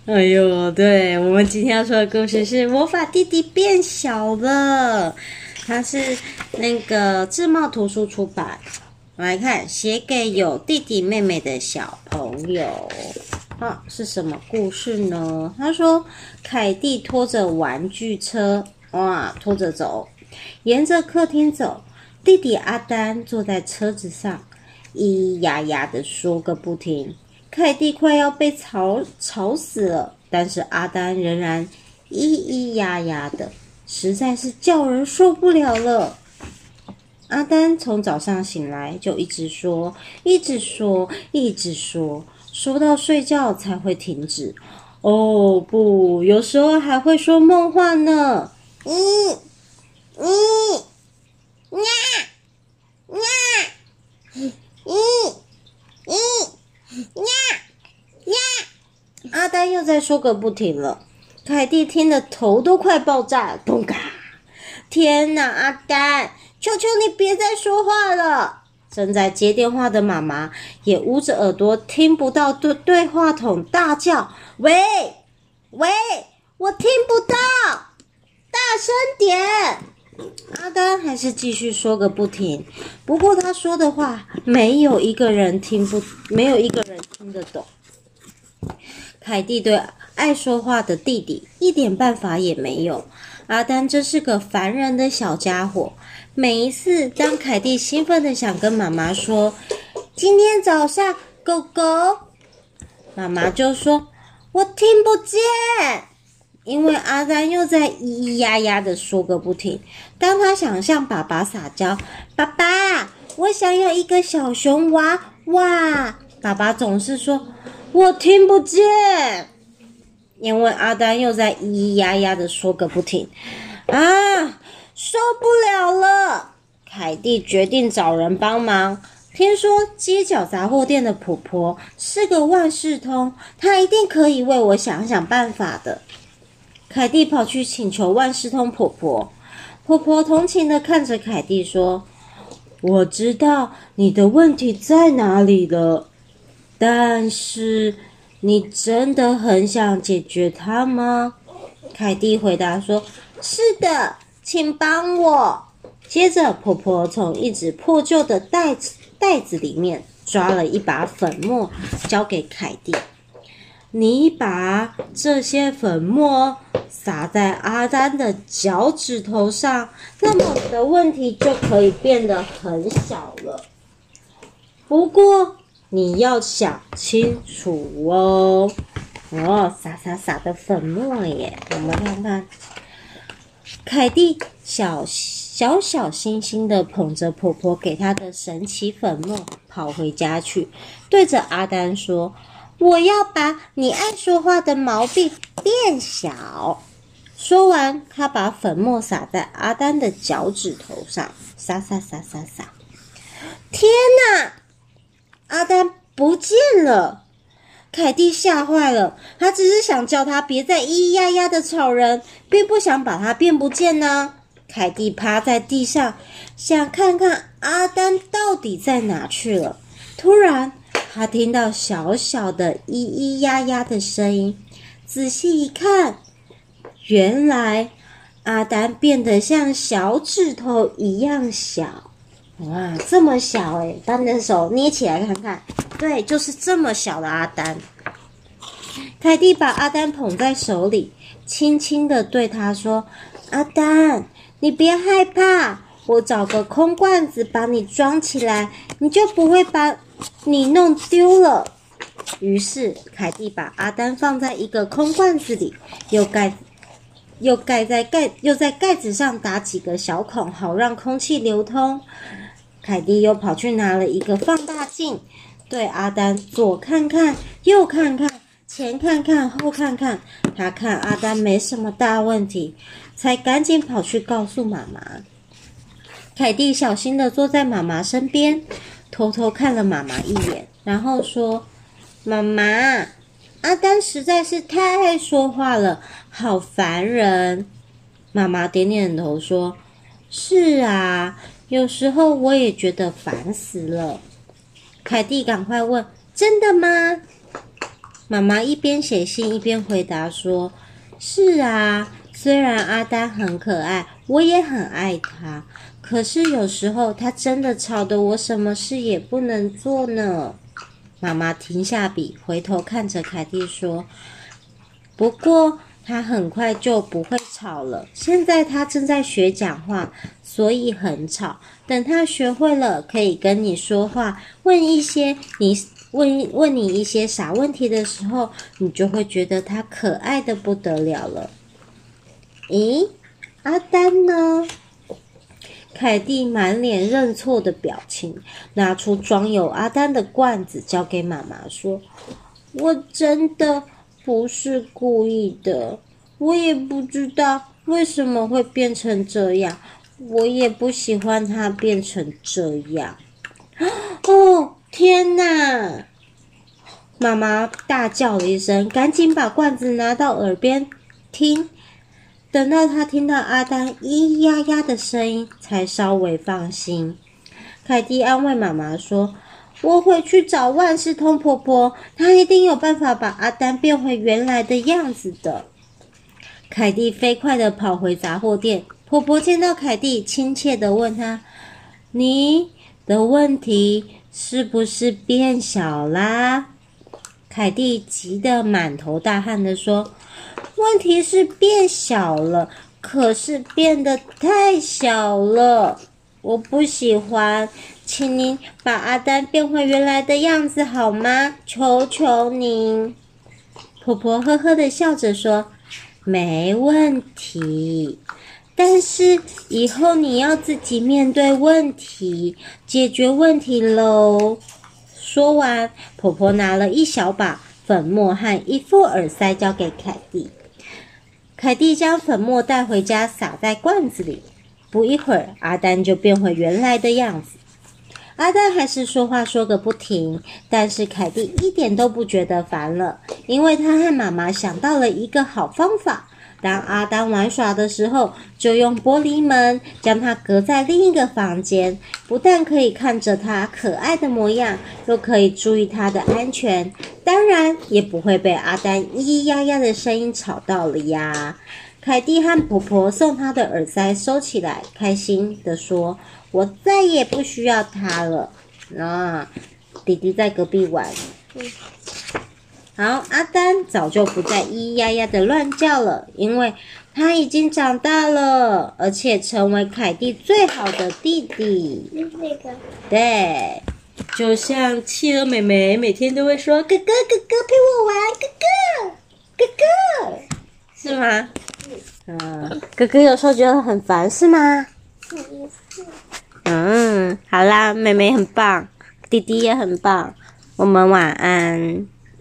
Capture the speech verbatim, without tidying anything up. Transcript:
哎呦，对，我们今天要说的故事是《魔法弟弟变小了》，它是那个智茂图书出版。我来看，写给有弟弟妹妹的小朋友。啊，是什么故事呢？他说，凯蒂拖着玩具车，哇，拖着走，沿着客厅走。弟弟阿丹坐在车子上，咿咿呀呀的说个不停。凯蒂快要被吵吵死了，但是阿丹仍然咿咿呀呀的，实在是叫人受不了了。阿丹从早上醒来就一直说，一直说，一直说，说到睡觉才会停止。哦不，有时候还会说梦话呢。嗯嗯呀呀嗯嗯呀呀！阿丹又在说个不停了。凯蒂听得头都快爆炸了，砰咔！天哪，阿丹，求求你别再说话了！正在接电话的妈妈也捂着耳朵，听不到对对话筒大叫：“喂喂，我听不到，大声点！”阿丹还是继续说个不停，不过他说的话没有一个人听不，没有一个人听得懂。凯蒂对爱说话的弟弟一点办法也没有。阿丹真是个烦人的小家伙。每一次当凯蒂兴奋地想跟妈妈说今天早上狗狗，妈妈就说我听不见，因为阿丹又在咿咿呀呀的说个不停。当他想向爸爸撒娇，爸爸，我想要一个小熊娃娃，爸爸总是说我听不见，因为阿丹又在咿咿呀呀的说个不停。啊，受不了了！凯蒂决定找人帮忙。听说街角杂货店的婆婆是个万事通，她一定可以为我想想办法的。凯蒂跑去请求万事通婆婆。婆婆同情地看着凯蒂说，我知道你的问题在哪里了，但是你真的很想解决它吗？凯蒂回答说，是的，请帮我。接着婆婆从一只破旧的袋子袋子里面抓了一把粉末，交给凯蒂。你把这些粉末撒在阿丹的脚趾头上，那么你的问题就可以变得很小了。不过你要想清楚哦。哦，撒撒撒的粉末耶，我们看看。凯蒂小小小心心的捧着婆婆给她的神奇粉末，跑回家去，对着阿丹说，我要把你爱说话的毛病变小。说完，他把粉末撒在阿丹的脚趾头上，撒撒撒撒撒。天哪！阿丹不见了。凯蒂吓坏了，他只是想叫他别再咿咿呀呀的吵人，并不想把他变不见呢。凯蒂趴在地上，想看看阿丹到底在哪去了。突然，他听到小小的咿咿呀呀的声音，仔细一看，原来阿丹变得像小指头一样小。哇，这么小诶，把你的手捏起来看看。对，就是这么小的阿丹。凯蒂把阿丹捧在手里，轻轻地对他说，阿丹，你别害怕，我找个空罐子把你装起来，你就不会把你弄丢了。于是凯蒂把阿丹放在一个空罐子里，又盖又盖在盖又在盖子上打几个小孔，好让空气流通。凯蒂又跑去拿了一个放大镜，对阿丹左看看右看看，前看看后看看，他看阿丹没什么大问题，才赶紧跑去告诉妈妈。凯蒂小心地坐在妈妈身边，偷偷看了妈妈一眼，然后说，妈妈，阿丹实在是太爱说话了，好烦人。妈妈点点头说，是啊，有时候我也觉得烦死了。凯蒂赶快问，真的吗？ 妈妈一边写信一边回答说：“是啊，虽然阿丹很可爱，我也很爱他，可是有时候他真的吵得我什么事也不能做呢。”妈妈停下笔，回头看着凯蒂说：“不过他很快就不会吵了。现在他正在学讲话，所以很吵。等他学会了，可以跟你说话，问一些你问问你一些傻问题的时候，你就会觉得他可爱的不得了了。”咦，阿丹呢？凯蒂满脸认错的表情，拿出装有阿丹的罐子，交给妈妈说：“我真的不是故意的，我也不知道为什么会变成这样，我也不喜欢它变成这样。”哦，天哪！妈妈大叫了一声，赶紧把罐子拿到耳边听。等到他听到阿丹咿咿呀呀的声音，才稍微放心。凯蒂安慰妈妈说：“我回去找万事通婆婆，她一定有办法把阿丹变回原来的样子的。”凯蒂飞快地跑回杂货店，婆婆见到凯蒂，亲切地问她：“你的问题是不是变小啦？”凯蒂急得满头大汗地说：“问题是变小了，可是变得太小了，我不喜欢，请您把阿丹变回原来的样子好吗？求求您。”婆婆呵呵地笑着说：“没问题，但是以后你要自己面对问题，解决问题喽。”说完，婆婆拿了一小把粉末和一副耳塞交给凯蒂。凯蒂将粉末带回家，撒在罐子里。不一会儿，阿丹就变回原来的样子。阿丹还是说话说个不停，但是凯蒂一点都不觉得烦了，因为他和妈妈想到了一个好方法。当阿丹玩耍的时候，就用玻璃门将他隔在另一个房间，不但可以看着他可爱的模样，又可以注意他的安全，当然也不会被阿丹咿咿呀呀的声音吵到了呀。凯蒂和婆婆送他的耳塞收起来，开心地说：“我再也不需要它了。”啊，弟弟在隔壁玩。好，阿丹早就不再咿咿呀呀的乱叫了，因为他已经长大了，而且成为凯蒂最好的弟弟。 那个， 对，就像企鹅妹妹每天都会说：“哥哥，哥哥陪我玩，哥哥，哥哥。”是吗？嗯，哥哥有时候觉得很烦，是吗？嗯，好啦，妹妹很棒，弟弟也很棒，我们晚安。